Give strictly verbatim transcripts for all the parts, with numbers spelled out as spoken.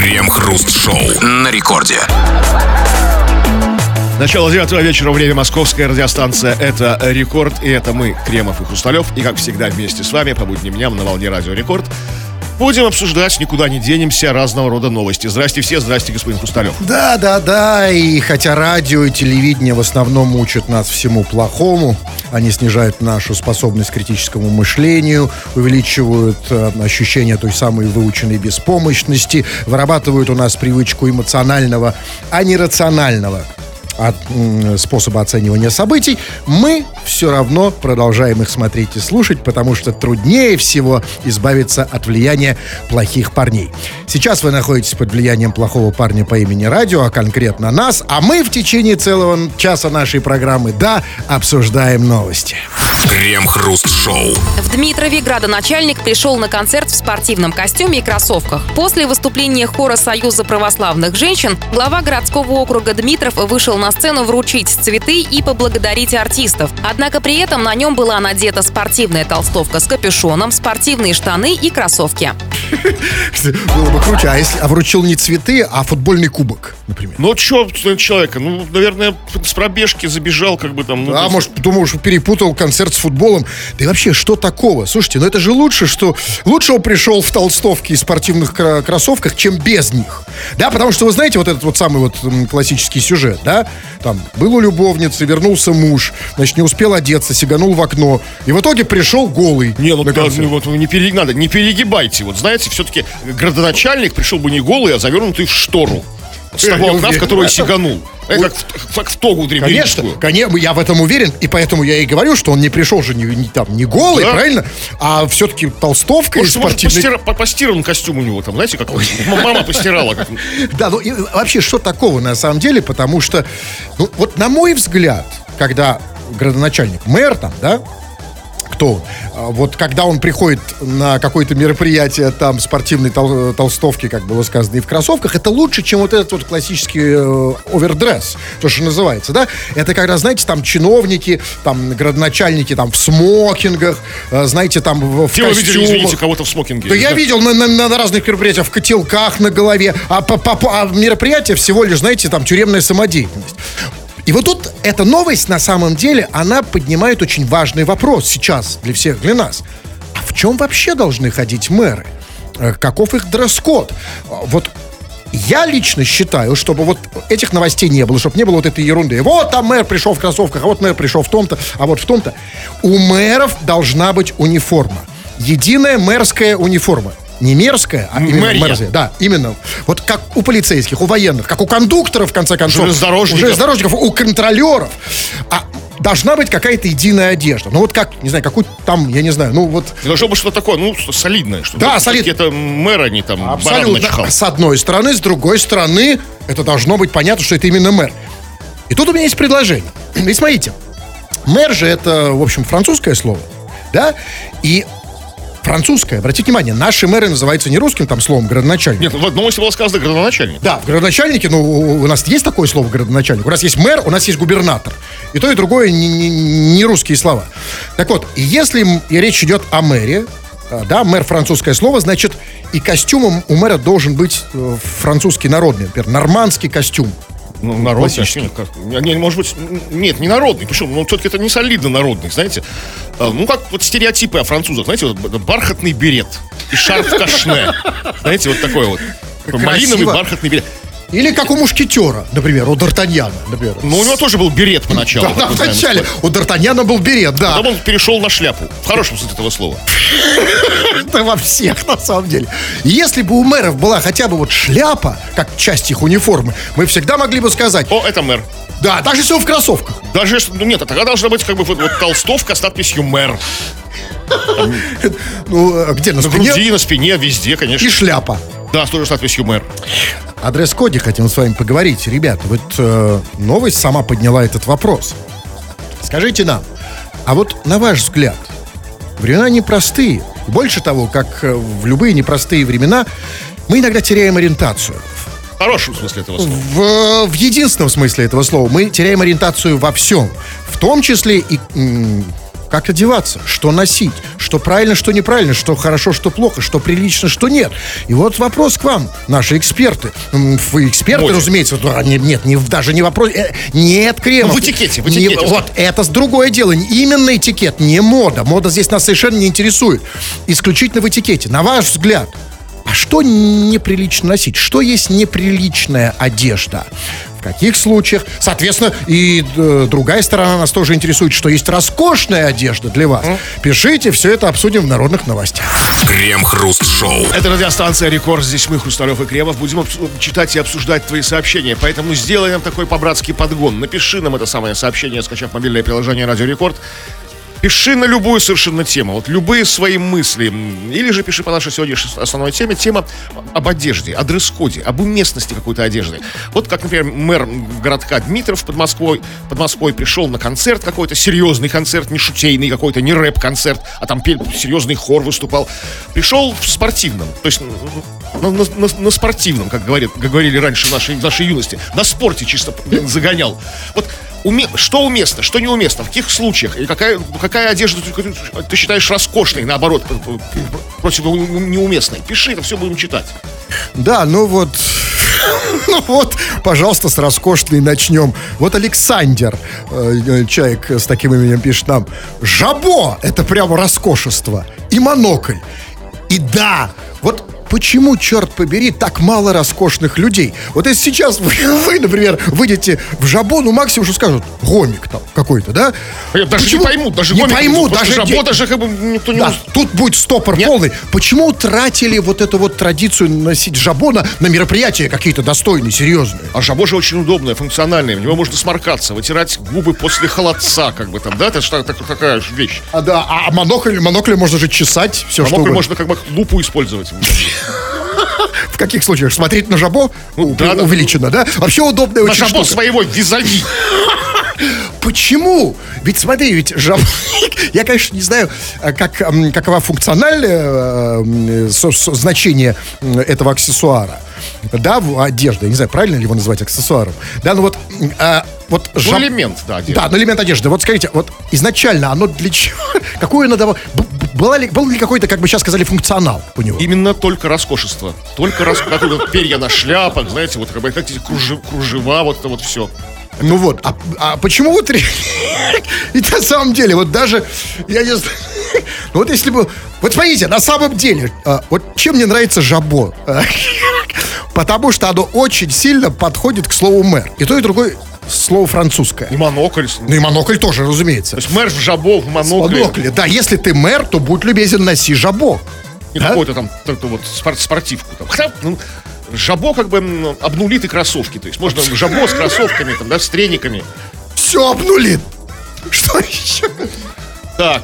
Крем-хруст-шоу на рекорде. Начало девятого вечера, время, московская радиостанция. Это «Рекорд», и это мы, Кремов и Хрусталев. И, как всегда, вместе с вами по будним дням на волне радио «Рекорд» будем обсуждать, никуда не денемся, разного рода новости. Здрасте все, здрасте, господин Хрусталев. Да, да, да, и хотя радио и телевидение в основном учат нас всему плохому, они снижают нашу способность к критическому мышлению, увеличивают э, ощущение той самой выученной беспомощности, вырабатывают у нас привычку эмоционального, а не рационального от, м, способа оценивания событий, мы все равно продолжаем их смотреть и слушать, потому что труднее всего избавиться от влияния плохих парней. Сейчас вы находитесь под влиянием плохого парня по имени Радио, а конкретно нас, а мы в течение целого часа нашей программы, да, обсуждаем новости. Крем-хруст-шоу. В Дмитрове градоначальник пришел на концерт в спортивном костюме и кроссовках. После выступления хора Союза православных женщин глава городского округа Дмитров вышел на сцену вручить цветы и поблагодарить артистов. Однако при этом на нем была надета спортивная толстовка с капюшоном, спортивные штаны и кроссовки. Было бы круче, а если а вручил не цветы, а футбольный кубок, например. Ну, что человека? Ну, наверное, с пробежки забежал, как бы там... Ну, а, то... может, думал, что перепутал концерт с футболом. Да и вообще, что такого? Слушайте, ну это же лучше, что... Лучше он пришел в толстовке и спортивных кроссовках, чем без них. Да, потому что, вы знаете, вот этот вот самый вот классический сюжет, да? Там, был у любовницы, вернулся муж, значит, не успел одеться, сиганул в окно. И в итоге пришел голый. Не, ну, да, ну вот, не пере... надо, не перегибайте. Вот, знаете, все-таки градоначальник пришел бы не голый, а завернутый в штору. С того окна, в которое сиганул. Как, как в тогу древнейшую. Конечно, конечно, я в этом уверен. И поэтому я и говорю, что он не пришел же не, не, там, не голый, да, правильно? А все-таки толстовка и спортивный... Может, постира... постиран костюм у него там, знаете, как мама постирала. Как... Да, ну и вообще, что такого на самом деле? Потому что, ну вот на мой взгляд, когда градоначальник, мэр там, да, кто он? Вот когда он приходит на какое-то мероприятие, там, спортивной тол- толстовки, как было сказано, и в кроссовках, это лучше, чем вот этот вот классический э, овердресс, то, что называется, да? Это когда, знаете, там чиновники, там, градоначальники, там, в смокингах, э, знаете, там, в, в костюмах. Вы видели, извините, кого-то в смокинге? Да, я видел на, на, на разных мероприятиях, в котелках на голове, а, по, по, а мероприятие всего лишь, знаете, там, тюремная самодеятельность. И вот тут эта новость, на самом деле, она поднимает очень важный вопрос сейчас для всех, для нас. А в чем вообще должны ходить мэры? Каков их дресс-код? Вот я лично считаю, чтобы вот этих новостей не было, чтобы не было вот этой ерунды. Вот там мэр пришел в кроссовках, а вот мэр пришел в том-то, а вот в том-то. У мэров должна быть униформа. Единая мэрская униформа. Не мерзкая, а именно мэрская. Да, именно. Вот как у полицейских, у военных, как у кондукторов, в конце концов. Железнодорожников. У железнодорожников, у контролеров. А должна быть какая-то единая одежда. Ну вот как, не знаю, какую там, я не знаю, ну вот... Должно быть что-то такое, ну, солидное. Что да, солидное. Это мэр, а не там абсолютно. С одной стороны, с другой стороны, это должно быть понятно, что это именно мэр. И тут у меня есть предложение. Ведь смотрите, мэр же это, в общем, французское слово, да? И французское, обратите внимание, наши мэры называются не русским там словом градоначальник. Нет, в одном месте было сказано градоначальник. Да, в градоначальнике, ну, у нас есть такое слово градоначальник. У нас есть мэр, у нас есть губернатор. И то, и другое не, не, не русские слова. Так вот, если речь идет о мэре, да, мэр французское слово, значит, и костюмом у мэра должен быть французский народный, например, нормандский костюм. Ну, народный, не, не, может быть, нет, не народный. Почему? Ну, все-таки это не солидно народный, знаете. Ну, как вот стереотипы о французах, знаете, вот бархатный берет и шарф кашне. Знаете, вот такой вот. Малиновый бархатный берет. Или как у мушкетера, например, у Д'Артаньяна, например. Ну, у него тоже был берет поначалу. Да, да, вначале. У Д'Артаньяна был берет, да. Потом он перешел на шляпу. В хорошем смысле этого слова. Это во всех, на самом деле. Если бы у мэров была хотя бы вот шляпа, как часть их униформы, мы всегда могли бы сказать: о, это мэр. Да, даже если он в кроссовках. Даже если, ну нет, тогда должна быть как бы вот, вот толстовка с надписью «мэр». Там, ну, где, на, на спине? груди, на спине, везде, конечно. И шляпа. Да, тоже с надписью «мэр». О дресс-коде хотим с вами поговорить. Ребята, вот э, новость сама подняла этот вопрос. Скажите нам, а вот на ваш взгляд, времена непростые. Больше того, как в любые непростые времена, мы иногда теряем ориентацию. В хорошем смысле этого слова. В, в единственном смысле этого слова. Мы теряем ориентацию во всем. В том числе и м, как одеваться, что носить, что правильно, что неправильно, что хорошо, что плохо, что прилично, что нет. И вот вопрос к вам, наши эксперты. М, Вы эксперты, Моде. разумеется. Вот, а, не- Нет, не, в- даже не вопрос. э, Нет, Кремов. Ну, в этикете, в Не- этикете. вот, это с другое дело. Именно этикет, не мода. Мода здесь нас совершенно не интересует. Исключительно в этикете. На ваш взгляд, а что неприлично носить? Что есть неприличная одежда? В каких случаях? Соответственно, и э, другая сторона нас тоже интересует, что есть роскошная одежда для вас. Пишите, все это обсудим в народных новостях. Крем-хруст-шоу. Это радиостанция «Рекорд». Здесь мы, Хрусталев и Кремов, будем обс- читать и обсуждать твои сообщения. Поэтому сделай нам такой по-братски подгон. Напиши нам это самое сообщение, скачав мобильное приложение «Радио Рекорд». Пиши на любую совершенно тему, вот любые свои мысли. Или же пиши по нашей сегодняшней основной теме, тема об одежде, о дресс-коде, об уместности какой-то одежды. Вот как, например, мэр городка Дмитров под Москвой, под Москвой пришел на концерт какой-то, серьезный концерт, не шутейный какой-то, не рэп-концерт, а там пел, серьезный хор выступал. Пришел в спортивном, то есть на, на- на- на спортивном, как, говорит, как говорили раньше в нашей, в нашей юности, на спорте чисто загонял. Вот Уме... что уместно, что неуместно, в каких случаях, и какая, какая одежда ты, ты считаешь роскошной, наоборот, против неуместной. Пиши, это все будем читать. Да, ну вот, ну вот, пожалуйста, с роскошной начнем. Вот Александр, э, человек с таким именем пишет нам: жабо, это прямо роскошество. И монокль. И да, вот почему, черт побери, так мало роскошных людей? Вот если сейчас вы, вы, например, выйдете в жабо, ну максимум что скажут: гомик там какой-то, да? Даже Почему? не поймут, даже не гомики, поймут, потому что даже жабо де- даже как бы никто не Да, уз- тут будет стопор Нет. полный. Почему утратили вот эту вот традицию носить жабо на, на мероприятия какие-то достойные, серьезные? А жабо же очень удобное, функциональное. В него можно сморкаться, вытирать губы после холодца, как бы там, да? Это же так- так- такая же вещь. А, да, а монокль, монокль можно же чесать, все что Монокль угодно. можно как бы лупу использовать. В каких случаях? Смотреть на жабо Ну, да, да. увеличено, да? Вообще удобная На очень жабо штука. своего визави. Почему? Ведь смотри, ведь жабо... Я, конечно, не знаю, а, как, м, какова функциональное э, со- со- значение м, этого аксессуара. Да, в- одежда. Я не знаю, правильно ли его называть аксессуаром. Да, ну вот... м, а, вот Ну, жаб- элемент, да, одежды. Да, ну элемент одежды. Вот скажите, вот изначально оно для чего? Какое оно давало? Б- б- Была ли, был ли какой-то, как бы сейчас сказали, функционал у него? Именно только роскошество. Только рас... как вот перья на шляпах, знаете, вот как бы как эти кружи- кружева, вот это вот все. Ну вот, а, а почему вот... ре- И на самом деле, вот даже, я не знаю, ну вот если бы... Вот смотрите, на самом деле, а, вот чем мне нравится жабо? А, Потому что оно очень сильно подходит к слову мэр. И то, и другое слово французское. И монокль. Ну и монокль тоже, разумеется. То есть мэр в жабо, в монокле. Монокль, да, если ты мэр, то будь любезен, носи жабо. Не Да? какой-то там так-то вот спор- спортивку. Там. Хотя, ну, жабо как бы м, обнулит и кроссовки. То есть можно жабо с кроссовками, там, да, с трениками. Все обнулит. Что еще? Так,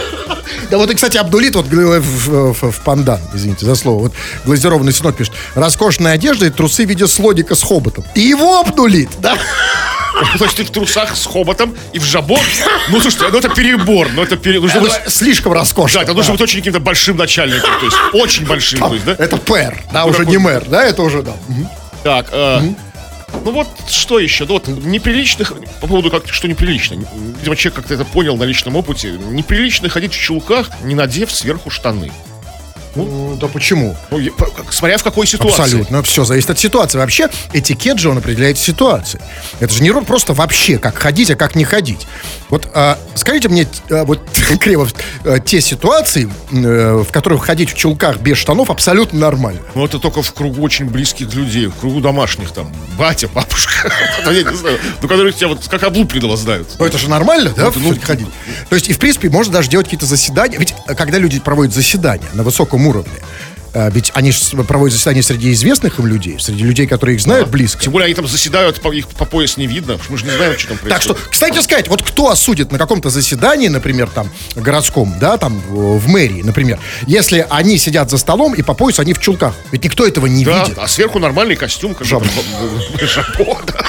Да вот и, кстати, обнулит вот в, в- в- в пандан, извините за слово. Вот глазированный сынок пишет: роскошная одежда и трусы в виде слоника с хоботом. И его обнулит, да? то есть ты в трусах с хоботом и в жабо. Ну, слушайте, ну это перебор. Ну, это пере... нужно быть... Это слишком роскошно. Да, это нужно быть очень каким-то большим начальником. То есть очень большим. То есть, да? Это пэр, да, Ну, уже такой- не мэр, да, это уже, да. Мгм. Так, э, ну вот что еще? Ну вот неприличных, по поводу как что неприлично. Видимо, человек как-то это понял на личном опыте. Неприлично ходить в чулках, не надев сверху штаны. Ну, да почему? Ну, я- по- как- смотря в какой ситуации. Абсолютно, все зависит от ситуации. Вообще, этикет же он определяет ситуации. Это же не ро- просто вообще, как ходить, а как не ходить. Вот а, скажите мне, а, вот, Кремов, а, те ситуации, э, в которых ходить в чулках без штанов абсолютно нормально. Ну, это только в кругу очень близких людей, в кругу домашних там. Батя, бабушка. Ну, я не знаю. Ну, которые тебя вот как облупленного знают. Ну, это же нормально, да, Ну, в- ходить? То есть, и в принципе, можно даже делать какие-то заседания. Ведь, э, когда люди проводят заседания на высоком уровне, э, ведь они ж проводят заседания среди известных им людей, среди людей, которые их знают близко. Тем более они там заседают, по- их по пояс не видно. Мы же не знаем, что там происходит. Так что, кстати сказать, вот кто осудит на каком-то заседании, например, там, городском, да, там, в в мэрии, например, если они сидят за столом и по пояс они в чулках? Ведь никто этого не Да, видит. а сверху нормальный костюм. как бы Жабо. там, жабо, да.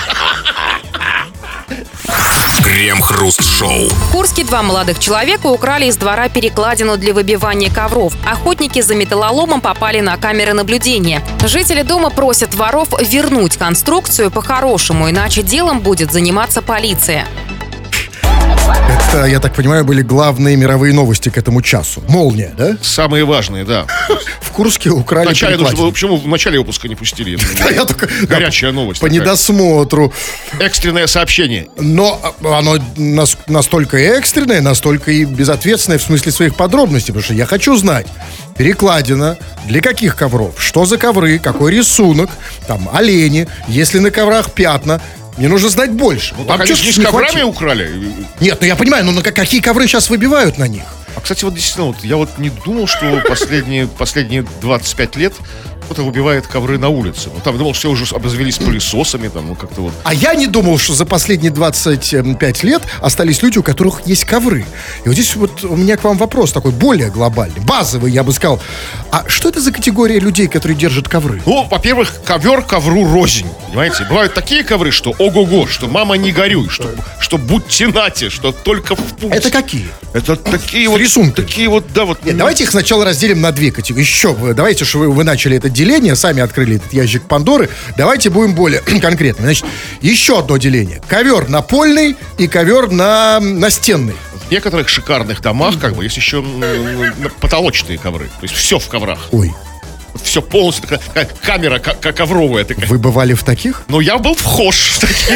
Крем-хруст-шоу. В Курске два молодых человека украли из двора перекладину для выбивания ковров. Охотники за металлоломом попали на камеры наблюдения. Жители дома просят воров вернуть конструкцию по-хорошему, иначе делом будет заниматься полиция. Это, я так понимаю, были главные мировые новости к этому часу. Молния, да? Самые важные, да. В Курске украли Вначале, нужно было- перекладину. почему в начале выпуска не пустили? Да, я только- Горячая новость. По такая. недосмотру. Экстренное сообщение. Но а, оно нас- настолько экстренное, настолько и безответственное в смысле своих подробностей. Потому что я хочу знать, перекладина, для каких ковров, что за ковры, какой рисунок, там, олени, если на коврах пятна. Мне нужно знать больше. Ну, Там так они чё-то же не с не коврами хватило. украли. Нет, ну я понимаю, но на ка- какие ковры сейчас выбивают на них? А, кстати, вот действительно, вот, я вот не думал, что последние, последние двадцать пять лет кто-то выбивает ковры на улице. Ну, там думал, все уже обзавелись пылесосами, там, ну, как-то вот. А я не думал, что за последние двадцать пять лет остались люди, у которых есть ковры. И вот здесь вот у меня к вам вопрос такой более глобальный, базовый, я бы сказал. А что это за категория людей, которые держат ковры? Ну, во-первых, ковер ковру рознь, понимаете? Бывают такие ковры, что ого-го, что мама не горюй, что, что будьте нате, что только в путь. Это какие? Это такие С вот... рисунками. Такие вот, да, вот... Нет, давайте их сначала разделим на две категории. Еще, вы- давайте, что вы, вы начали это деление, сами открыли этот ящик Пандоры. Давайте будем более конкретными. Значит, еще одно деление. Ковер напольный и ковер на настенный. В некоторых шикарных домах, как бы, есть еще м, м, потолочные ковры. То есть все в коврах. Ой, Все полностью такая, такая камера ко- ко- ковровая такая. вы бывали в таких? Но я был вхож в такие.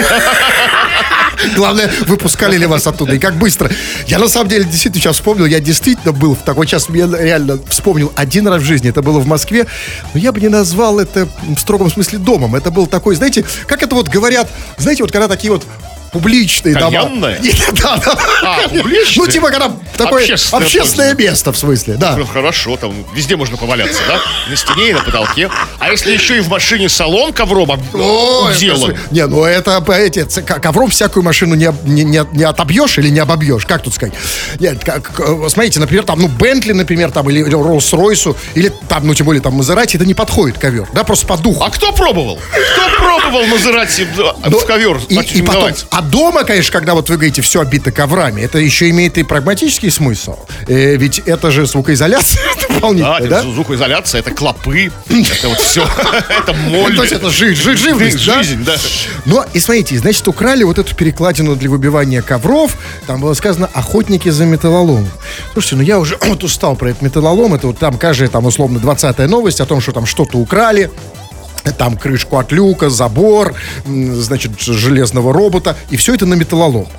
Главное, выпускали ли вас оттуда и как быстро. Я на самом деле действительно сейчас вспомнил, я действительно был в такой час, я реально вспомнил один раз в жизни, это было в Москве, но я бы не назвал это в строгом смысле домом. Это был такой, знаете, как это вот говорят, знаете, вот когда такие вот публичные дома. Кальянная? Нет, да, да. А, публичные? Ну, типа, когда такое Общественное общественное место, в смысле, да. Ну, хорошо, там везде можно поваляться, да? На стене и на потолке. А если еще и в машине салон ковром об- О, обделан? это- Не, ну это, эти, ц- к- ковром всякую машину не, об- не, не, не отобьешь или не обобьешь, как тут сказать? Нет, как, э, смотрите, например, там, ну, Бентли, например, там, или Роллс-Ройсу, или там, ну, тем более, там, Мазерати, это не подходит ковер, да, просто по духу. А кто пробовал? Кто пробовал Мазерати в, Но в ковер? И, и потом, надевать? а дома, конечно, когда вот вы говорите, все обито коврами, это еще имеет и прагматический смысл. Э, ведь это же звукоизоляция Да, дополнительная, это да? звукоизоляция, это клопы, это вот все, это моль. То есть это жи- жи- живность, да? Жизнь, да. Но, и смотрите, значит, украли вот эту перекладину для выбивания ковров. Там было сказано «охотники за металлоломом». Слушайте, ну я уже вот устал про этот металлолом. Это вот там каждая, там, условно, двадцатая новость о том, что там что-то украли. Там крышку от люка, забор, м, значит, железного робота. И все это на металлолом.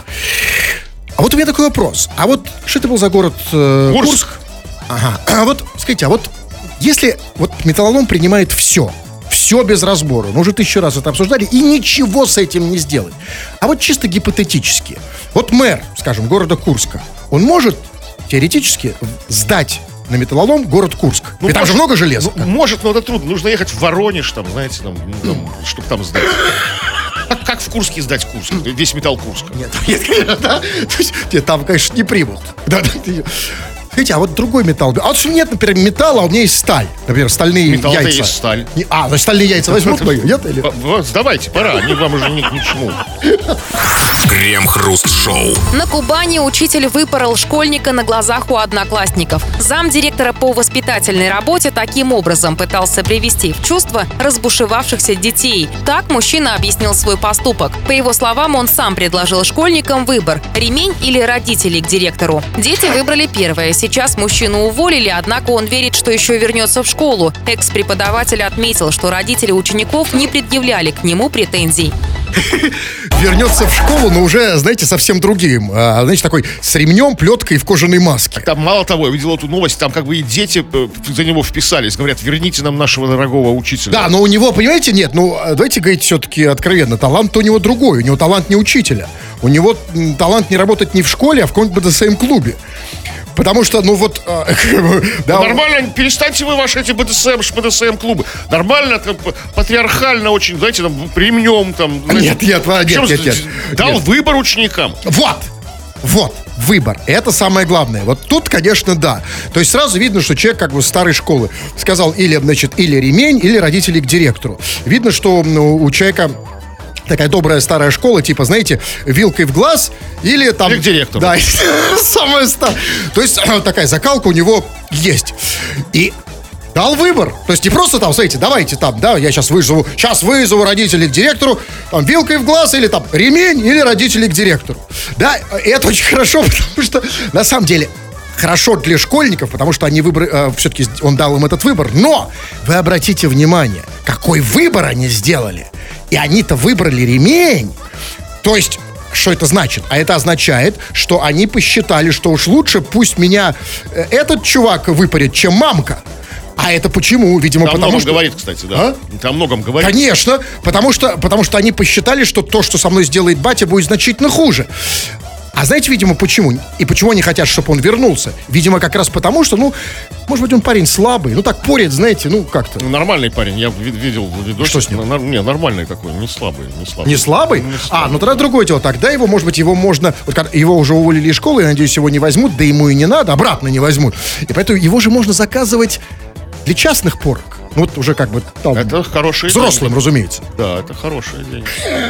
А вот у меня такой вопрос. А вот что это был за город? э, Курск. Курск? Ага. А вот, скажите, а вот если вот металлолом принимает все, все без разбора, мы уже тысячу раз это обсуждали, и ничего с этим не сделать. А вот чисто гипотетически, вот мэр, скажем, города Курска, он может теоретически сдать на металлолом город Курск. Ну, Ведь там же может, много железа. ну, может, но это трудно. Нужно ехать в Воронеж, там, знаете, там, ну, там, чтобы там сдать. Как, как в Курске сдать Курск? Весь металл Курска. Нет, нет, конечно, да. То есть, нет, там, конечно, не примут. Да, да, ты- Смотрите, а вот другой металл. А вот у меня нет, например, металла, а у меня есть сталь. Например, стальные Металл-то яйца. есть сталь. Не- а, значит, стальные яйца возьмут мою, нет? Или? В- Вот, сдавайте, пора, они вам уже ни, ни к чему. Крем-хруст-шоу. На Кубани учитель выпорол школьника на глазах у одноклассников. Замдиректора по воспитательной работе таким образом пытался привести в чувство разбушевавшихся детей. Так мужчина объяснил свой поступок. По его словам, он сам предложил школьникам выбор – ремень или родителей к директору. Дети выбрали первое. Сейчас мужчину уволили, однако он верит, что еще вернется в школу. Экс-преподаватель отметил, что родители учеников не предъявляли к нему претензий. Вернется в школу, но уже, знаете, совсем другим. А, знаете, такой с ремнем, плеткой и в кожаной маске. Там, мало того, я видел эту новость, там как бы и дети э, за него вписались. Говорят, верните нам нашего дорогого учителя. Да, но у него, понимаете, нет, ну, а, давайте говорить все-таки откровенно, талант у него другой, у него талант не учителя. У него м, талант не работать не в школе, а в каком-нибудь бэ дэ эс эм-клубе. Потому что, ну вот... а, да, Ну, нормально, перестаньте вы ваши эти бэ дэ эс эм, бэ дэ эс эм-клубы. Нормально, там, патриархально очень, знаете, там, ремнем, там... знаете. Нет, нет, нет, Причем нет, нет. Дал Нет. выбор ученикам. Вот! Вот, выбор. Это самое главное. Вот тут, конечно, да. То есть сразу видно, что человек как бы старой школы сказал или, значит, или ремень, или родители к директору. Видно, что ну, у человека такая добрая старая школа, типа, знаете, вилкой в глаз или там... Или к директору. Да, самое старое. То есть такая закалка у него есть. И дал выбор. То есть не просто там, смотрите, давайте там, да, я сейчас вызову, сейчас вызову родителей к директору, там, вилкой в глаз или там ремень, или родителей к директору. Да, и это очень хорошо, потому что на самом деле хорошо для школьников, потому что они выбор, э, все-таки он дал им этот выбор. Но вы обратите внимание, какой выбор они сделали. И они-то выбрали ремень. То есть, что это значит? А это означает, что они посчитали, что уж лучше пусть меня э, этот чувак выпарит, чем мамка. А это почему? Видимо, Это о потому многом что... говорит, кстати, да. А? Это о многом говорит. Конечно, потому что, потому что они посчитали, что то, что со мной сделает батя, будет значительно хуже. А знаете, видимо, почему? И почему они хотят, чтобы он вернулся? Видимо, как раз потому, что, ну, может быть, он парень слабый. Ну, так порит, знаете, ну, как-то. Ну, нормальный парень, я вид- видел видос. Что с ним? На- Не, нормальный такой, не слабый, не слабый. Не слабый? Не А, слабый. ну тогда другое дело. Тогда его, может быть, его можно... Вот как его уже уволили из школы, я надеюсь, его не возьмут, да ему и не надо, обратно не возьмут. И поэтому его же можно заказывать для частных порок. Ну, вот уже как бы там... Это хорошая взрослым, разумеется. Да, это хорошая идея.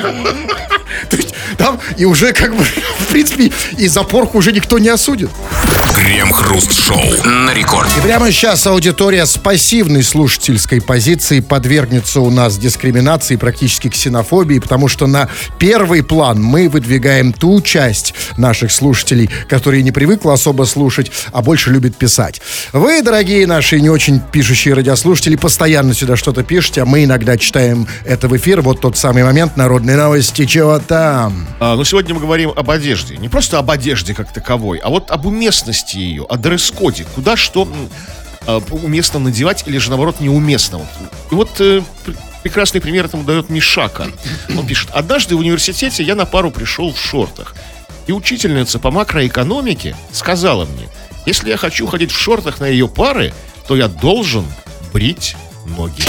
То есть там и уже как бы, в принципе, и за порку уже никто не осудит. Крем-хруст-шоу на рекорде. И прямо сейчас аудитория с пассивной слушательской позиции подвергнется у нас дискриминации, практически ксенофобии, потому что на первый план мы выдвигаем ту часть наших слушателей, которые не привыкла особо слушать, а больше любит писать. Вы, дорогие наши не очень пишущие радиослушатели, постоянно сюда что-то пишете, а мы иногда читаем это в эфир. Вот тот самый момент, народные новости, чего там. А, но сегодня мы говорим об одежде. Не просто об одежде как таковой, а вот об уместности ее, о дресс-коде. Куда что м, а, уместно надевать или же, наоборот, неуместно. Вот. И вот э, пр- прекрасный пример этому дает Мишака. Он пишет: «Однажды в университете я на пару пришел в шортах. И учительница по макроэкономике сказала мне, если я хочу ходить в шортах на ее пары, то я должен брить ноги».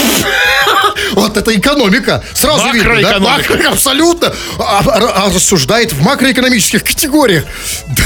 Вот это экономика. Сразу видно, да? Макроэкономика. Макро- абсолютно. А, а- а рассуждает в макроэкономических категориях. Да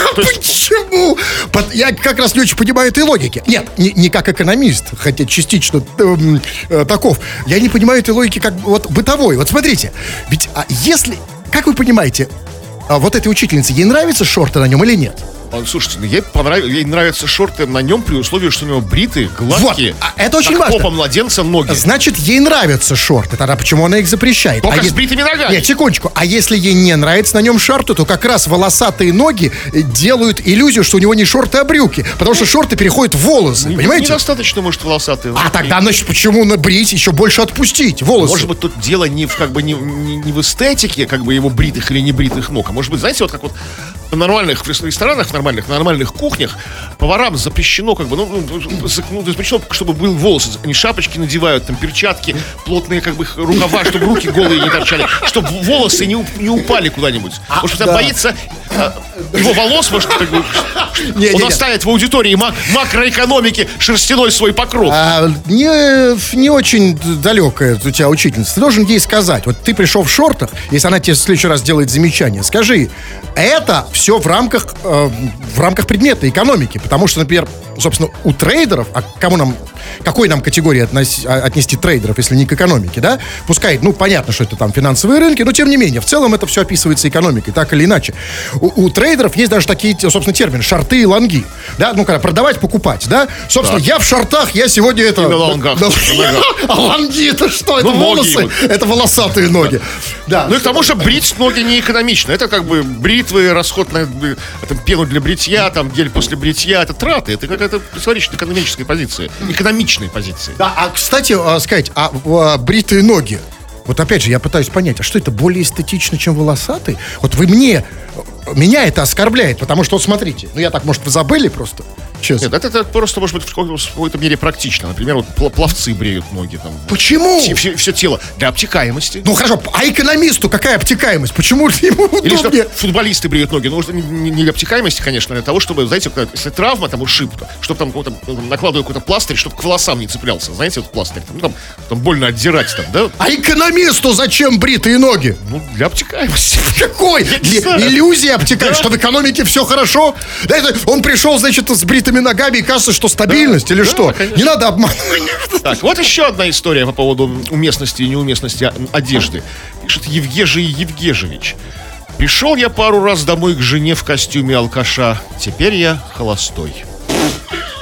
почему? Под- Я как раз не очень понимаю этой логики. Нет, не, не как экономист, хотя частично эм, э, таков. Я не понимаю этой логики как вот бытовой. Вот смотрите, ведь а если, как вы понимаете, а вот этой учительнице, ей нравятся шорты на нем или нет? Он, слушайте, ну, ей, понрав... ей нравятся шорты на нем при условии, что у него бритые, гладкие. Вот, а это очень как важно. попа младенца ноги. Значит, ей нравятся шорты. Тогда почему она их запрещает? Только А с е- бритыми ногами. Нет, секундочку. А если ей не нравится на нем шорты, то как раз волосатые ноги э, делают иллюзию, что у него не шорты, а брюки. Потому что шорты переходят в волосы. Не- Понимаете? Недостаточно, может, волосатые. А тогда, значит, почему набрить, еще больше отпустить волосы? Может быть, тут дело не в, как бы, не, не- не в эстетике, как бы, его бритых или не бритых ног. А может быть, знаете, вот как вот в нормальных ресторанах, в нормальных, на нормальных кухнях поварам запрещено, как бы, ну, ну, за- ну, запрещено, чтобы был волос. Они шапочки надевают, там, перчатки, плотные, как бы, рукава, чтобы руки голые не торчали, чтобы волосы не, у- не упали куда-нибудь. Может, он да. боится а, его волос, может, как бы, Не, он не, не. оставит в аудитории мак- макроэкономики шерстяной свой покров. А, не, не очень далекая у тебя учительница. Ты должен ей сказать, вот ты пришел в шортах, если она тебе в следующий раз делает замечание, скажи, это все в рамках, э, в рамках предмета экономики. Потому что, например, собственно, у трейдеров, а к кому нам, какой нам категории относ- а- отнести трейдеров, если не к экономике, да? Пускай, ну, понятно, что это там финансовые рынки, но тем не менее, в целом это все описывается экономикой, так или иначе. У, у трейдеров есть даже такие, собственно, термины, шорты и лонги, да? Ну, когда продавать, покупать, да? Собственно, я в шортах, я сегодня это... И на лонгах, Да, на ногах. а лонги это что? Это Ну, ноги волосы, вот. это волосатые ноги. Да. Ну и к тому же брить ноги не экономично. Это как бы бритвы, расход на э, там, пену для бритья, там гель после бритья, это траты. Это какая-то противоречит экономической позиции. Экономичной позиции. Да, а, кстати, а, сказать, а, а бритые ноги, вот опять же, я пытаюсь понять, а что это более эстетично, чем волосатые? Вот вы мне, меня это оскорбляет, потому что, вот смотрите, ну я так, может, вы забыли просто? Честно. Нет, это, это просто, может быть, в какой-то, в какой-то мере практично. Например, вот пл- пловцы бреют ноги там. Почему? Все, все- все тело для обтекаемости. Ну хорошо, а экономисту какая обтекаемость? Почему ему Или что удобнее? футболисты бреют ноги. Ну, не, не- не для обтекаемости, конечно, а для того, чтобы, знаете, когда- если травма, там, ушиб, то, чтобы там, какой-то, ну, там накладываю какой-то пластырь, чтобы к волосам не цеплялся. Знаете, вот пластырь. Там, ну, там, там больно отдирать, там, да? А экономисту зачем бритые ноги? Ну, для обтекаемости. Какой? не Для- знаю. иллюзия обтекает, Да. что в экономике все хорошо? Да, это он пришел, значит, с бритыми ногами и кажется, что стабильность Да, или да, что? конечно. Не надо обманывать. Так, вот еще одна история по поводу уместности и неуместности о- одежды. Пишет Евгежий Евгежевич. Пришел я пару раз домой к жене в костюме алкаша. Теперь я холостой.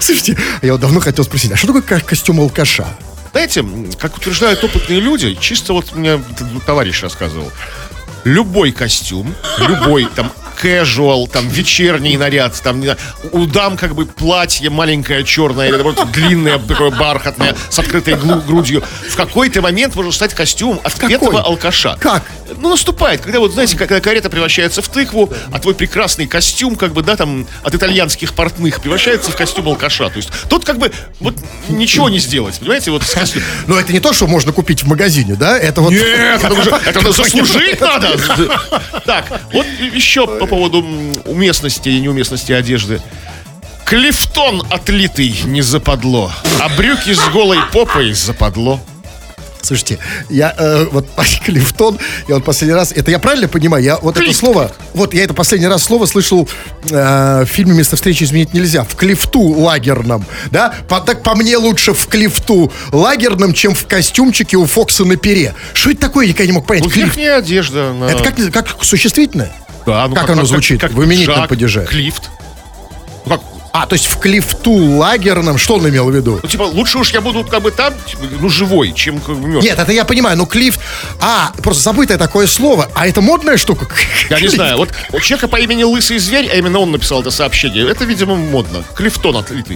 Слушайте, я вот давно хотел спросить, а что такое ко- костюм алкаша? Знаете, как утверждают опытные люди, чисто вот мне товарищ рассказывал, любой костюм, любой там casual, там вечерний наряд, там не знаю, у дам как бы платье маленькое черное, или наоборот, длинное, такое бархатное, с открытой глу- грудью, в какой-то момент может стать костюмом отпетого алкаша. Как? Ну, наступает, когда вот, знаете, когда карета превращается в тыкву, а твой прекрасный костюм, как бы, да, там, от итальянских портных превращается в костюм алкаша. То есть тут как бы вот ничего не сделать, понимаете, вот с костюмом. Но это не то, что можно купить в магазине, да? Это вот... Нет, это уже это заслужить надо. Так, вот еще по поводу м, уместности и неуместности одежды. Клифтон отлитый не западло, а брюки с голой попой западло. Слушайте, я э, вот клифтон, я вот последний раз, это я правильно понимаю? Я вот это слово, вот я это последний раз слово слышал э, в фильме «Место встречи изменить нельзя». В клифту лагерном, да? По, так по мне лучше в клифту лагерном, чем в костюмчике у Фокса на пере. Что это такое, я никогда не мог понять. Ну, Клифт. верхняя одежда. на- Это как, как существительное? Да, ну, как оно звучит в именительном падеже? Клифт. Ну, как, А, то есть в клифту лагерном, что он имел в виду? ну, типа, лучше уж я буду как бы там, типа, ну, живой, чем как бы мертвый. Нет, это я понимаю, но клифт... А, просто забытое такое слово. А это модная штука? Я не Клифт. знаю, вот у человека по имени Лысый Зверь, а именно он написал это сообщение, это, видимо, модно. Клифтон отлитый.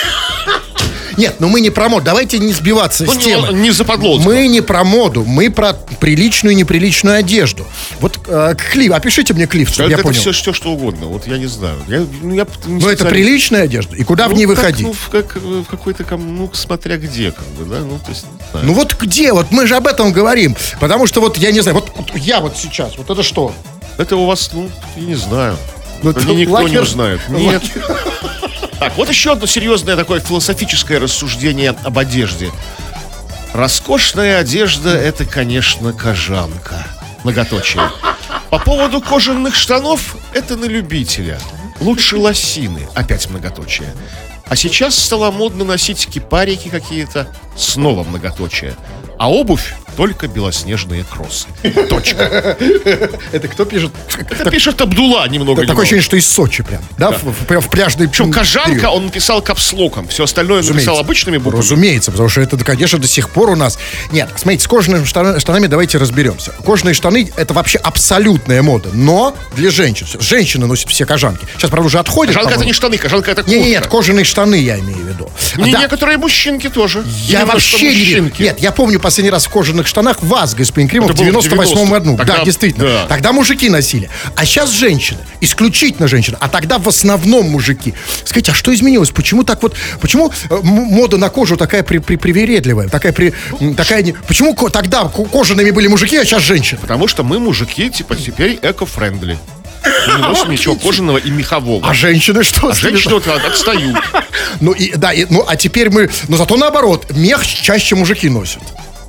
Нет, ну мы не про моду. Давайте не сбиваться Ну, с не, темы. не западло. Мы не про моду, мы про приличную и неприличную одежду. Вот э, клифт, опишите мне клифт, чтобы это, я это понял. все, все что угодно. Вот я не знаю. Я, ну, я не Но это специалист. приличная одежда. И куда Ну, в ней как, выходить? ну, в, как, в какой-то, ком- ну, смотря где, как бы, да, ну, то есть, не знаю. Ну вот где? Вот мы же об этом говорим. Потому что вот, я не знаю, вот, вот я вот сейчас, вот это что? Это у вас, ну, я не знаю. Ну, Это это никто не лакер- узнает. Нет. Так, вот еще одно серьезное такое философическое рассуждение об одежде. Роскошная одежда — это, конечно, кожанка. Многоточие. По поводу кожаных штанов — это на любителя. Лучше лосины. Опять многоточие. А сейчас стало модно носить кипарики какие-то. Снова многоточие. А обувь — только белоснежные кроссы. Точка. Это кто пишет? Это пишет Абдулла немного. Такое ощущение, что из Сочи прям. Да, в, в- в пляжный Причем м, кожанка период. он написал капслоком. Все остальное он Разумеется. написал обычными буквами. Разумеется, потому что это, конечно, до сих пор у нас... Нет, смотрите, с кожаными штана- штанами давайте разберемся. Кожаные штаны — это вообще абсолютная мода, но для женщин. Женщины носят все кожанки. Сейчас, правда, уже отходят. Кожанка — это по-моему. не штаны, кожанка — это куртка. Не, не, нет, кожаные штаны я имею в виду. Не, Да, некоторые мужчинки тоже. я Именно что вообще не... мужчинки. Нет, я помню последний раз в кожаных штанах вас, господин Кримов, в Это было в девяносто восьмом году. Тогда- Да, действительно. да. Тогда мужики носили. А сейчас женщины. Исключительно женщины. А тогда в основном мужики. Скажите, а что изменилось? Почему так вот... Почему э, м- мода на кожу такая при, при- привередливая? Такая при... м, такая не... Почему ко- тогда ко- кожаными были мужики, а сейчас женщины? Потому что мы, мужики, типа, теперь эко-френдли. Мы не носим ничего кожаного и мехового. А женщины что? А женщины вот отстают. Ну, и, да, и- ну, а теперь мы... Но зато наоборот, мех чаще мужики носят.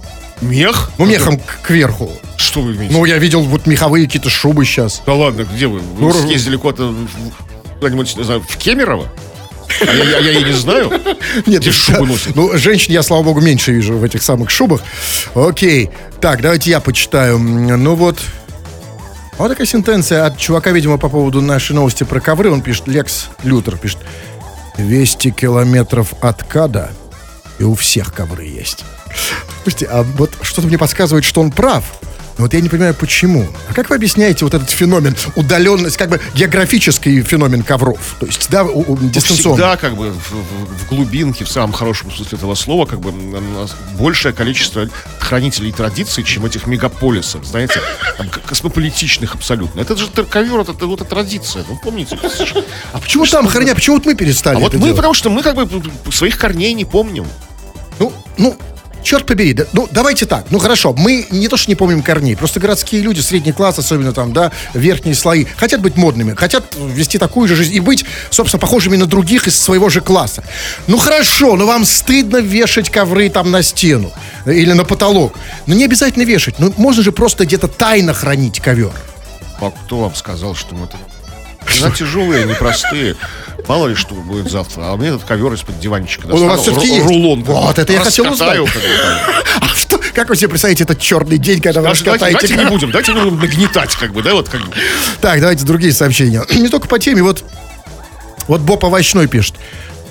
Мех? Ну, мехом к- кверху. Что вы имеете? Ну, я видел вот меховые какие-то шубы сейчас. Да ладно, где вы? Вы Ну, съездили куда-то в- куда-нибудь, не знаю, в Кемерово? А Я, я, я и не знаю. Нет, Где ну, шубы носят? Ну, женщин я, слава богу, меньше вижу в этих самых шубах. Окей. Так, давайте я почитаю. М, Ну вот. Вот такая сентенция от чувака, видимо, по поводу нашей новости про ковры. Он пишет, Лекс Лютер пишет. двести километров от КАДа, и у всех ковры есть. Слушайте, а вот что-то мне подсказывает, что он прав. Но вот я не понимаю, почему. А как вы объясняете вот этот феномен, удаленность, как бы географический феномен ковров? То есть, да, у- у- дистанционно. Всегда, как бы, в, в- в глубинке, в самом хорошем смысле этого слова, как бы, у нас большее количество хранителей традиций, чем этих мегаполисов, знаете, там, к- космополитичных абсолютно. Это же т- ковер, это, это вот эта традиция, ну, помните? это же- А почему там хранят? Почему вот мы перестали А вот это мы, делать? потому что мы, как бы, своих корней не помним. Ну, ну, черт побери, да, ну, давайте так, ну, хорошо, мы не то, что не помним корней, просто городские люди, средний класс, особенно там, да, верхние слои, хотят быть модными, хотят вести такую же жизнь и быть, собственно, похожими на других из своего же класса. Ну, хорошо, но вам стыдно вешать ковры там на стену или на потолок. Ну, не обязательно вешать, ну, можно же просто где-то тайно хранить ковер. А кто вам сказал, что мы это... Она тяжелые, непростые. Мало ли что будет завтра. А у меня этот ковер из-под диванчика Он у вас достану, все-таки ру- есть? рулон. Вот, это я хотел раскатаю, узнать. как бы, там. А что, как вы себе представляете этот черный день, когда вы Даже давайте, раскатаете? давайте не будем, давайте не будем нагнетать, как бы, да, вот как бы. Так, давайте другие сообщения. Не только по теме, вот, вот Боб Овощной пишет.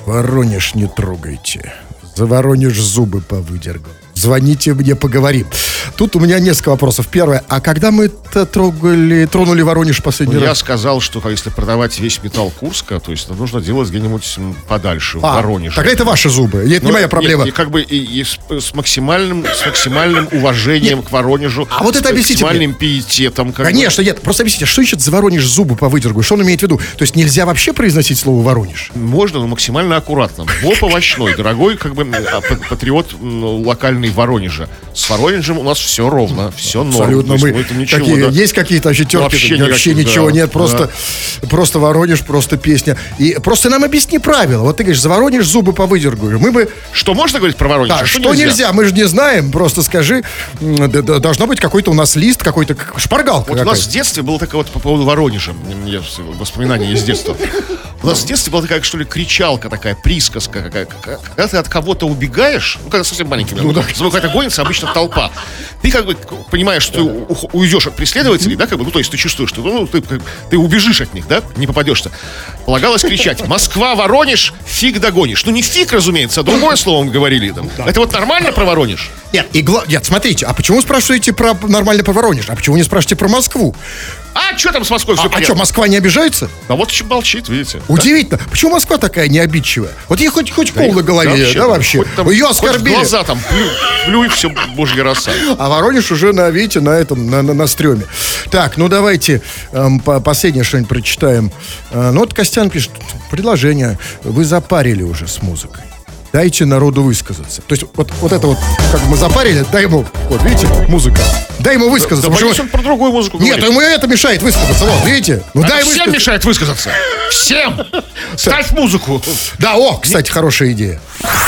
Воронеж не трогайте. За Воронеж зубы повыдергал. Звоните мне, поговорим. Тут у меня несколько вопросов. Первое, а когда мы трогали, тронули Воронеж последний Ну, раз? я сказал, что если продавать весь металл Курска, то есть это нужно делать где-нибудь м, подальше, в А, Воронеже. тогда это ваши зубы. Это не Ну, моя нет, проблема. и как бы и, и с, с максимальным, с максимальным уважением к Воронежу. А вот это с объясните максимальным пиететом. Как бы. Конечно, нет. Просто объясните, что значит за Воронеж зубы повыдергаю? Что он имеет в виду? То есть нельзя вообще произносить слово Воронеж? Можно, но максимально аккуратно. Боп овощной, дорогой как бы а, п- патриот м, локальный Воронежа. С Воронежем у нас все ровно, все норм. Абсолютно. То Мы есть, ну, это ничего, какие, да. есть какие-то вообще терки? Вообще Вообще, никаких, ничего да, нет. Просто, просто Воронеж, просто песня. И просто нам объясни правила. Вот ты говоришь, за Воронеж зубы повыдергаю. Мы бы... Что можно говорить про Воронеж? Да, а что, нельзя? Мы же не знаем. Просто скажи, м, д- д- должно быть какой-то у нас лист, какой-то к- шпаргалка. Вот у нас какая-то. в детстве было такое вот по поводу Воронежа. Мне воспоминания из детства. У нас в детстве была такая, что ли, кричалка такая, присказка какая. Когда ты от кого-то убегаешь, ну, когда совсем маленький, ну, да. За какая-то гонится, обычно толпа. Ты как бы понимаешь, что ты у- уйдешь от преследователей, да, как бы, ну, то есть ты чувствуешь, что ну, ты, ты убежишь от них, да, не попадешься. Полагалось кричать: Москва, Воронеж, фиг догонишь. Ну, не фиг, разумеется, а другое слово мы говорили там. Это вот нормально про Воронеж? Нет, и гла- нет, смотрите, а почему вы спрашиваете про нормально про Воронеж? А почему не спрашиваете про Москву? А что там с Москвой? А, Все а понятно. что, Москва не обижается? А вот еще молчит, видите. Удивительно. Почему Москва такая необидчивая? Вот ей хоть, хоть Да кол на их- голове, да, там, вообще? хоть там- Ее хоть в оскорбили. глаза там, плюй, плюй, все, божья роса. А Воронеж уже, на, видите, на этом, на, на, на стреме. Так, ну давайте эм, по- последнее что-нибудь прочитаем. Э, ну вот Костян пишет, предложение. Вы запарили уже с музыкой. Дайте народу высказаться. То есть вот, вот это вот, как мы запарили, дай ему, вот видите, музыка. Дай ему высказаться. Да, Почему- боюсь, он про другую музыку Нет, говорит. ему это мешает высказаться, вот, видите? Ну Это дай всем высказаться. мешает высказаться. Всем. Ставь музыку. Да, о, кстати, хорошая идея.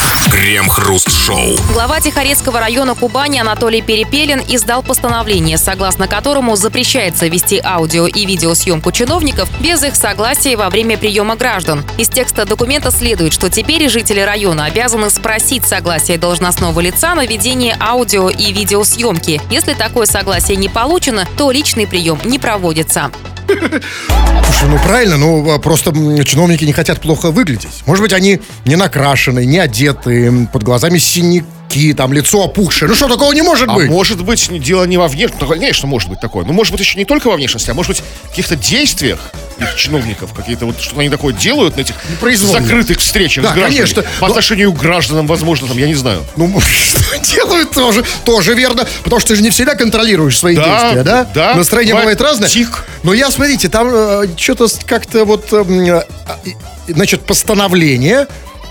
Крем-хруст-шоу. Глава Тихорецкого района Кубани Анатолий Перепелин издал постановление, согласно которому запрещается вести аудио и видеосъемку чиновников без их согласия во время приема граждан. Из текста документа следует, что теперь жители района обязаны спросить согласие должностного лица на ведение аудио и видеосъемки. Если такое согласие не получено, то личный прием не проводится. Слушай, ну правильно, ну а, просто м, чиновники не хотят плохо выглядеть. Может быть, они не накрашены, не одеты, м, под глазами синяки, там лицо опухшее. Ну что, такого не может А быть? может быть, не- дело не во внешности. Ну, конечно, может быть такое. Но может быть еще не только во внешности, а может быть в каких-то действиях их чиновников, какие-то вот, что они такое делают на этих Произвольно. закрытых встречах Да, с гражданами. конечно. По Но- отношению к гражданам, возможно, там, я не знаю. Ну, что делают тоже, тоже верно, потому что ты же не всегда контролируешь свои Да, действия, да? да. Настроение Бывает бывает разное. тик. Но я, смотрите, там э, что-то с- как-то вот, э, м, э, значит, постановление,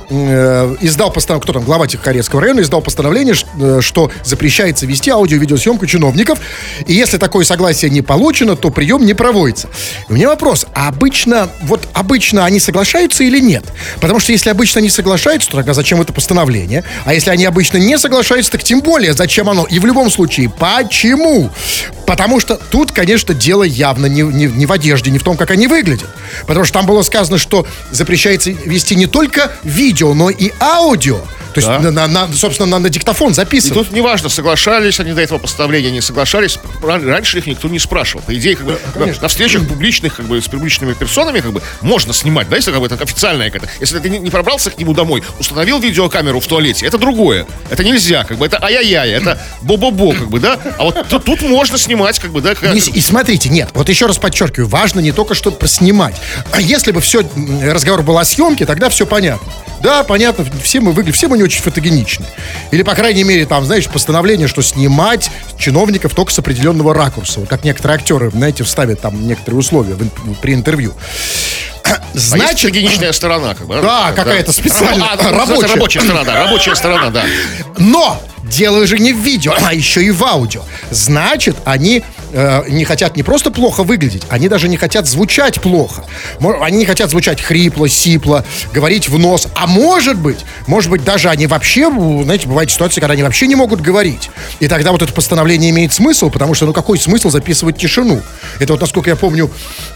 э, издал постановление, кто там, глава Тихорецкого района, издал постановление, ш- э, что запрещается вести аудио-видеосъемку чиновников, и если такое согласие не получено, то прием не проводится. И у меня вопрос, а обычно, вот обычно они соглашаются или нет? Потому что если обычно они соглашаются, то тогда зачем это постановление? А если они обычно не соглашаются, так тем более зачем оно? И в любом случае, почему? Потому что тут, конечно, дело явно не, не- не в одежде, не в том, как они выглядят. Потому что там было сказано, что запрещается вести не только видео, но и аудио. То есть, Да. на, на- на- собственно, на, на диктофон И записано. тут неважно, соглашались они до этого постановления, не соглашались. Ран- Раньше их никто не спрашивал. По идее, как бы, на, конечно. на встречах публичных, как бы, с публичными персонами, как бы, можно снимать, да, если как бы, это официальная какая-то. Если ты не, не пробрался к нему домой, установил видеокамеру в туалете, это другое. Это нельзя, как бы, это ай-яй-яй, это бо-бо-бо, как бы, да. А вот тут, тут можно снимать, как бы, да. как- Не с- И смотрите, нет, вот еще раз подчеркиваю, важно не только что снимать. А если бы все, разговор был о съемке, тогда все понятно. Да, понятно, все мы выглядим, все мы не очень фотогеничны. Или, по крайней мере, там, знаешь, постановление, что снимать чиновников только с определенного ракурса. Вот как некоторые актеры, знаете, вставят там некоторые условия в ин- при интервью. А есть Значит, фотогеничная сторона, как бы. Да, какая-то специальная, А, ну, рабочая. рабочая сторона, да, рабочая сторона, да. но дело же не в видео, а еще и в аудио. Значит, они э, не хотят не просто плохо выглядеть, они даже не хотят звучать плохо. Мо- Они не хотят звучать хрипло, сипло, говорить в нос. А может быть, может быть, даже они вообще, у, знаете, бывают ситуации, когда они вообще не могут говорить. И тогда вот это постановление имеет смысл, потому что, ну, какой смысл записывать тишину? Это вот, насколько я помню,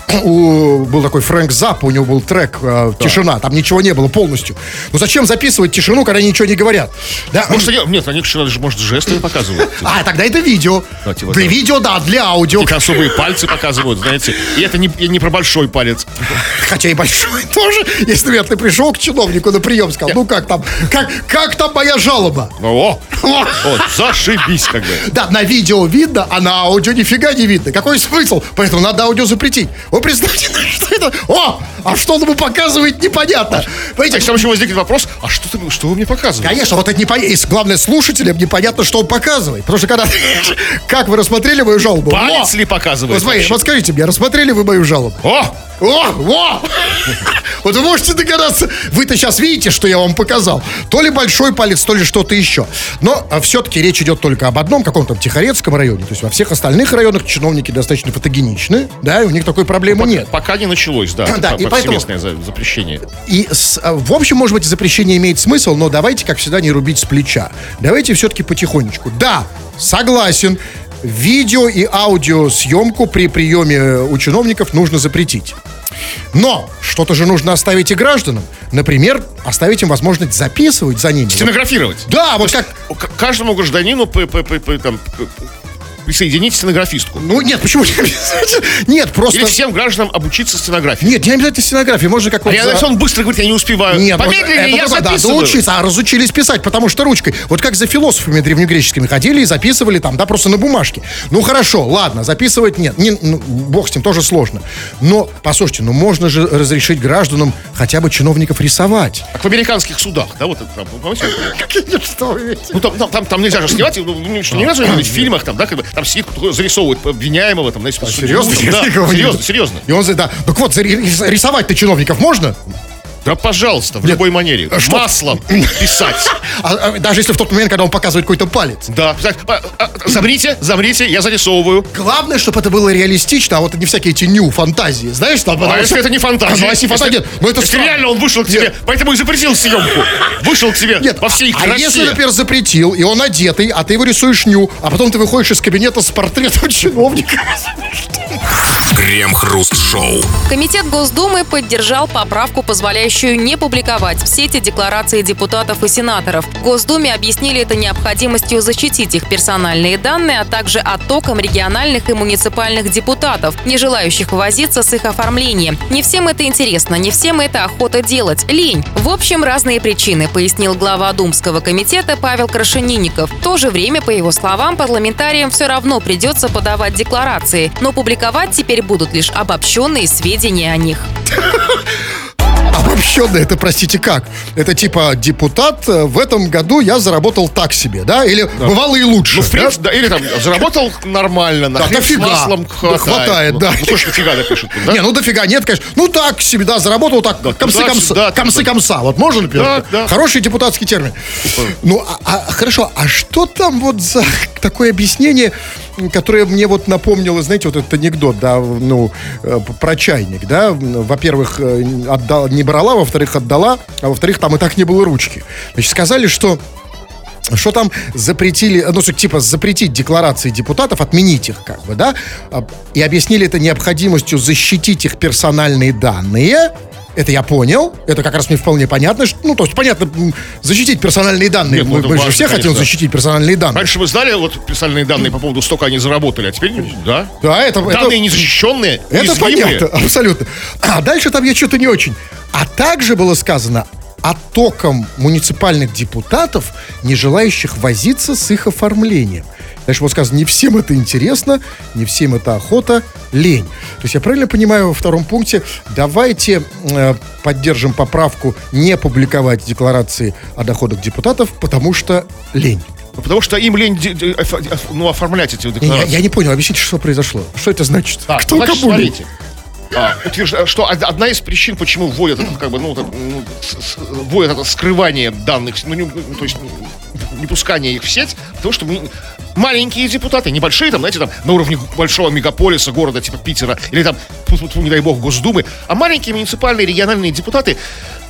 у, был такой Фрэнк Заппа, у него был трек э, «Тишина», там ничего не было полностью. Ну, зачем записывать тишину, когда они ничего не говорят? Да? Может, они, нет, они еще надо же, может, жесты показывают. А, тогда это видео. Ну, типа, Для да. видео, да, для аудио. Какие-то особые пальцы показывают, знаете. И это не, и не про большой палец. Хотя и большой тоже. Если, например, ты пришел к чиновнику на прием, сказал, ну как там, как, как там моя жалоба? О, вот, зашибись как бы. Да, на видео видно, а на аудио нифига не видно. Какой смысл? Поэтому надо аудио запретить. Вы представьте, что это? О, а что он ему показывает, непонятно. А Понимаете, там еще возникнет вопрос, а что, ты, что вы мне показываете? конечно, вот это непонятно. И главное, слушателям непонятно, что он показывает. Потому что когда... Как вы рассмотрели мою жалобу? Палец О! ли показывает Вот, смотри, вообще? вот скажите мне, рассмотрели вы мою жалобу? О! О, во! Вот вы можете догадаться, вы-то сейчас видите, что я вам показал. То ли большой палец, то ли что-то еще. Но а, все-таки речь идет только об одном, каком-то Тихорецком районе. То есть во всех остальных районах чиновники достаточно фотогеничны, да, и у них такой проблемы Пока, нет. пока не началось, да, Да, по- и поэтому- повсеместное за- запрещение. И, с- а, в общем, может быть, запрещение имеет смысл, но давайте, как всегда, не рубить с плеча. Давайте все-таки потихонечку. Да, согласен, видео и аудиосъемку при приеме у чиновников нужно запретить. Но что-то же нужно оставить и гражданам. Например, оставить им возможность записывать за ними. Стенографировать. Да, вот как... К- Каждому гражданину п- п- п- п- там, п- присоединить стенографистку. Ну, нет, почему не обязательно? Нет, просто... Или всем гражданам обучиться стенографии. Нет, не обязательно стенографии, можно как А я, если он быстро говорит, я не успеваю. Нет, вот Помедленнее, это я да, да, записываю. доучиться, а разучились писать, потому что ручкой. Вот как за философами древнегреческими ходили и записывали там, да, просто на бумажке. Ну, хорошо, ладно, записывать нет. Не, ну, бог с ним, тоже сложно. Но, послушайте, ну, можно же разрешить гражданам хотя бы чиновников рисовать. Как в американских судах, да, вот это там, помните? Что вы видите? Ну, там, там, там, там нельзя же снимать, ну, ну, что, не разу в фильмах, там, да, как бы, там сидит, кто-то зарисовывает обвиняемого, там, знаете, судью, Серьезно? там, Я да, никого не серьезно, видел. серьезно. И он, за- да. Так вот, зари- рисовать-то чиновников можно? Да, пожалуйста, в любой манере. что? Маслом писать. А- а даже если в тот момент, когда он показывает какой-то палец. Да, писать. А, а, замрите, замрите, я зарисовываю. Главное, чтобы это было реалистично, а вот не всякие эти ню, фантазии. Знаешь, там... А если это не фантазия? Ну, если фантазия, нет, ну это если странно. реально он вышел к тебе, Нет. поэтому и запретил съемку. Вышел к тебе Нет, во всей а красе. если, например, запретил, и он одетый, а ты его рисуешь ню, а потом ты выходишь из кабинета с портретом чиновника. Крем-хруст-шоу. Комитет Госдумы поддержал поправку, позволяющую не публиковать в сети декларации депутатов и сенаторов. В Госдуме объяснили это необходимостью защитить их персональные данные, а также оттоком региональных и муниципальных депутатов, не желающих возиться с их оформлением. Не всем это интересно, не всем это охота делать. Лень. В общем, разные причины, пояснил глава Думского комитета Павел Крашенинников. В то же время, по его словам, парламентариям все равно придется подавать декларации, но публиковать теперь будут лишь обобщенные сведения о них. Обобщенно, это, простите, как? Это типа депутат, э, в этом году я заработал так себе, да? Или бывало и лучше. Ну, в да? принципе, да, или там заработал нормально, на Да, хлеб дофига. с маслом хватает. Хватает, Ну, да. Ну, тоже дофига напишут, тут, да? Не, ну дофига, нет, конечно. Ну так себе, да, заработал так, комсы-комса. туда-сюда, там, Комсы-комса, вот можно, например? Да, да. Хороший депутатский термин. Ну, а, а, хорошо, а что там вот за такое объяснение, которое мне вот напомнило, знаете, вот этот анекдот, да, ну, э, про чайник, да? Во-первых, э, отдал, не брала, во-вторых, отдала, а во-вторых, там и так не было ручки. Значит, сказали, что что там запретили, ну, типа, запретить декларации депутатов, отменить их, как бы, да, а, и объяснили это необходимостью защитить их персональные данные. Это я понял, это как раз мне вполне понятно, что, ну, то есть, понятно, м, защитить персональные данные, Нет, ну, мы, это мы же важно, все хотим конечно. защитить персональные данные. Раньше вы знали вот персональные данные по поводу столько они заработали, а теперь, да? Да, это, это, Данные незащищенные, это уязвимые. понятно, абсолютно. А дальше там я что-то не очень. А также было сказано оттоком муниципальных депутатов, не желающих возиться с их оформлением. Дальше вот сказано, не всем это интересно, не всем это охота, лень. То есть я правильно понимаю во втором пункте, давайте э, поддержим поправку не публиковать декларации о доходах депутатов, потому что лень. Ну, потому что им лень де- де- оф- оф- ну, оформлять эти Не, Я, декларации. я не понял, объясните, что произошло. Что это значит? А, Кто значит, кому лень? смотрите. А, утвержда- что од- одна из причин, почему вводят это, как бы, ну, так, ну, с- с- вводят это скрывание данных, ну, не, ну, то есть не, не пускание их в сеть, потому что мы- маленькие депутаты, небольшие, там, знаете, там, на уровне большого мегаполиса, города типа Питера, или там, тьфу-тьфу-тьфу, не дай бог, Госдумы, а маленькие муниципальные, региональные депутаты,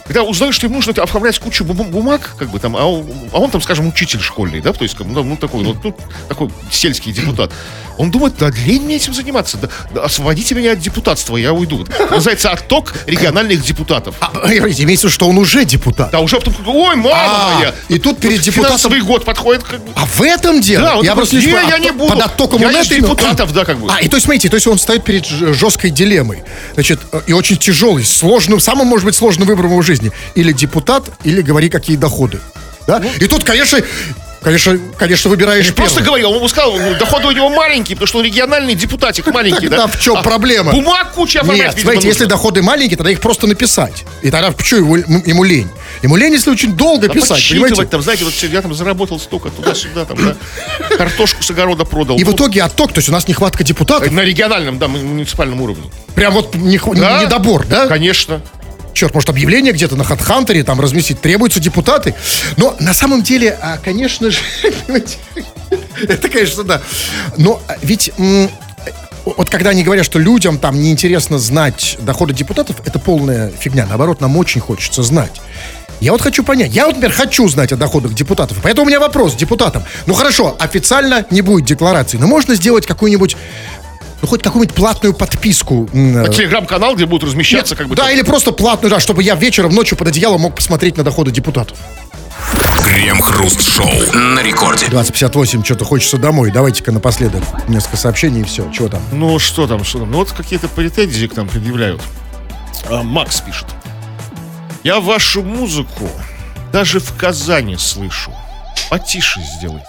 когда узнают, что им нужно оформлять кучу бум- бумаг, как бы там, а он, а он там, скажем, учитель школьный, да, то есть, как, ну, ну, такой, вот, ну, такой сельский депутат. Он думает, да лень мне этим заниматься, да, да, освободите меня от депутатства, я уйду. Это называется отток региональных депутатов. А, имеется в виду, что он уже депутат. Да, уже потом, ой, мама А, моя. и тут перед Вот депутатом- финансовый год подходит, как бы. А в этом дело? Да, вот я такой, просто не, понимаю, я а не под- буду. Под оттоком Я у из Нэшвилла- депутатов, да, как бы. А, и то есть, смотрите, то есть он стоит перед ж- жесткой дилеммой. Значит, э, и очень тяжелый, сложным, самым, может быть, сложным выбором в его жизни. Или депутат, или говори, какие доходы. Да? И тут, конечно, конечно, конечно, выбираешь Просто первый. говорил, он сказал, ну, доходы у него маленькие, потому что он региональный депутатик маленький, Тогда да? в чем А проблема? Бумаг куча оформлять, Нет, видимо, смотрите, если нужно. доходы маленькие, тогда их просто написать. И тогда почему его, м- ему лень? Ему лень, если очень долго Да писать, подсчитывать понимаете? там, знаете, вот я там заработал столько, туда-сюда, там, да, картошку с огорода продал. И в Ну, итоге отток, то есть у нас нехватка депутатов. на региональном, да, муниципальном уровне. Прям вот не- Да? недобор, да? Конечно. Черт, может, объявление где-то на Хатхантере там разместить, требуются депутаты. Но на самом деле, а, конечно же, понимаете, это, конечно, да. Но а, ведь м, вот когда они говорят, что людям там неинтересно знать доходы депутатов, это полная фигня. Наоборот, нам очень хочется знать. Я вот хочу понять. Я вот, например, хочу знать о доходах депутатов. Поэтому у меня вопрос к депутатам. Ну хорошо, официально не будет декларации, но можно сделать какую-нибудь, ну хоть какую-нибудь платную подписку. м, Телеграм-канал, где будут размещаться, как бы. да, там. или просто платную, да, чтобы я вечером, ночью под одеялом мог посмотреть на доходы депутатов. Крем-хруст-шоу на рекорде. двадцать пятьдесят восемь, что-то хочется домой. Давайте-ка напоследок несколько сообщений и все. Чего там? Ну, что там, что там? Ну, вот какие-то претензии к нам предъявляют. А, Макс пишет. Я вашу музыку даже в Казани слышу. Потише сделайте.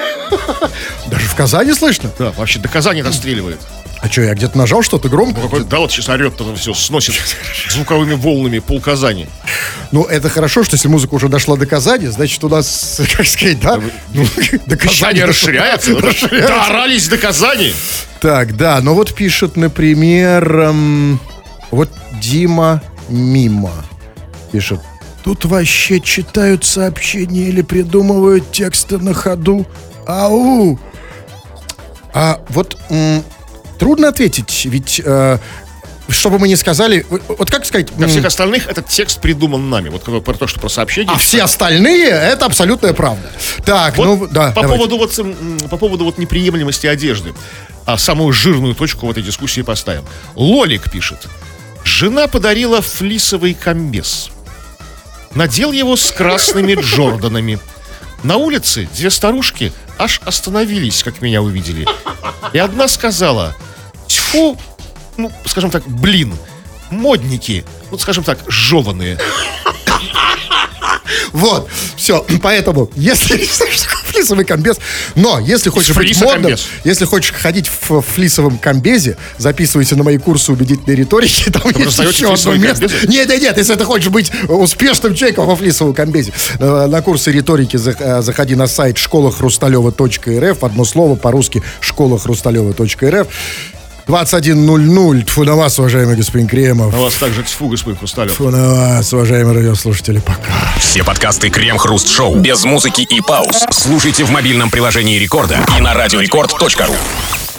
Даже в Казани слышно? Да, вообще до Казани достреливает. А что, я где-то нажал что-то громко? Какой- Да, вот сейчас орет, там все сносит звуковыми волнами пол Казани. Ну, это хорошо, что если музыка уже дошла до Казани, значит, у нас, как сказать, да? Ну, до Казани расширяется. да? Доорались до Казани. Так, да, ну вот пишет, например, эм, вот Дима Мимо пишет. Тут вообще читают сообщения или придумывают тексты на ходу. Ау! А вот м, трудно ответить, ведь э, что бы мы ни сказали, вот, вот как сказать... Для м, всех остальных этот текст придуман нами. Вот как про то, что про сообщение. а все остальные это абсолютная правда. Так, Вот ну да. по, давайте. поводу вот, м, по поводу вот неприемлемости одежды. А самую жирную точку в этой дискуссии поставим. Лолик пишет. Жена подарила флисовый комбез. Надел его с красными Джорданами. На улице две старушки аж остановились, как меня увидели. И одна сказала: тьфу, ну, скажем так, блин, модники, ну, скажем так, жеванные. Вот, все, поэтому, если флисовый комбез, но если хочешь быть модным, Флисокомбез. если хочешь ходить в флисовом комбезе, записывайся на мои курсы убедительной риторики, там есть раздаете еще одно флисовые место. комбезы? Нет, нет, нет, если ты хочешь быть успешным человеком во флисовом комбезе, э, на курсы риторики за- э, заходи на сайт школа хрусталева точка эр эф, одно слово по-русски школа хрусталева точка эр эф. двадцать один ноль ноль. Тьфу на вас, уважаемый господин Кремов. На вас также тьфу, господин Хрусталев. Тьфу на вас, уважаемые радиослушатели. Пока. Все подкасты Крем-хруст-шоу без музыки и пауз слушайте в мобильном приложении Рекорда и на радиорекорд точка ру.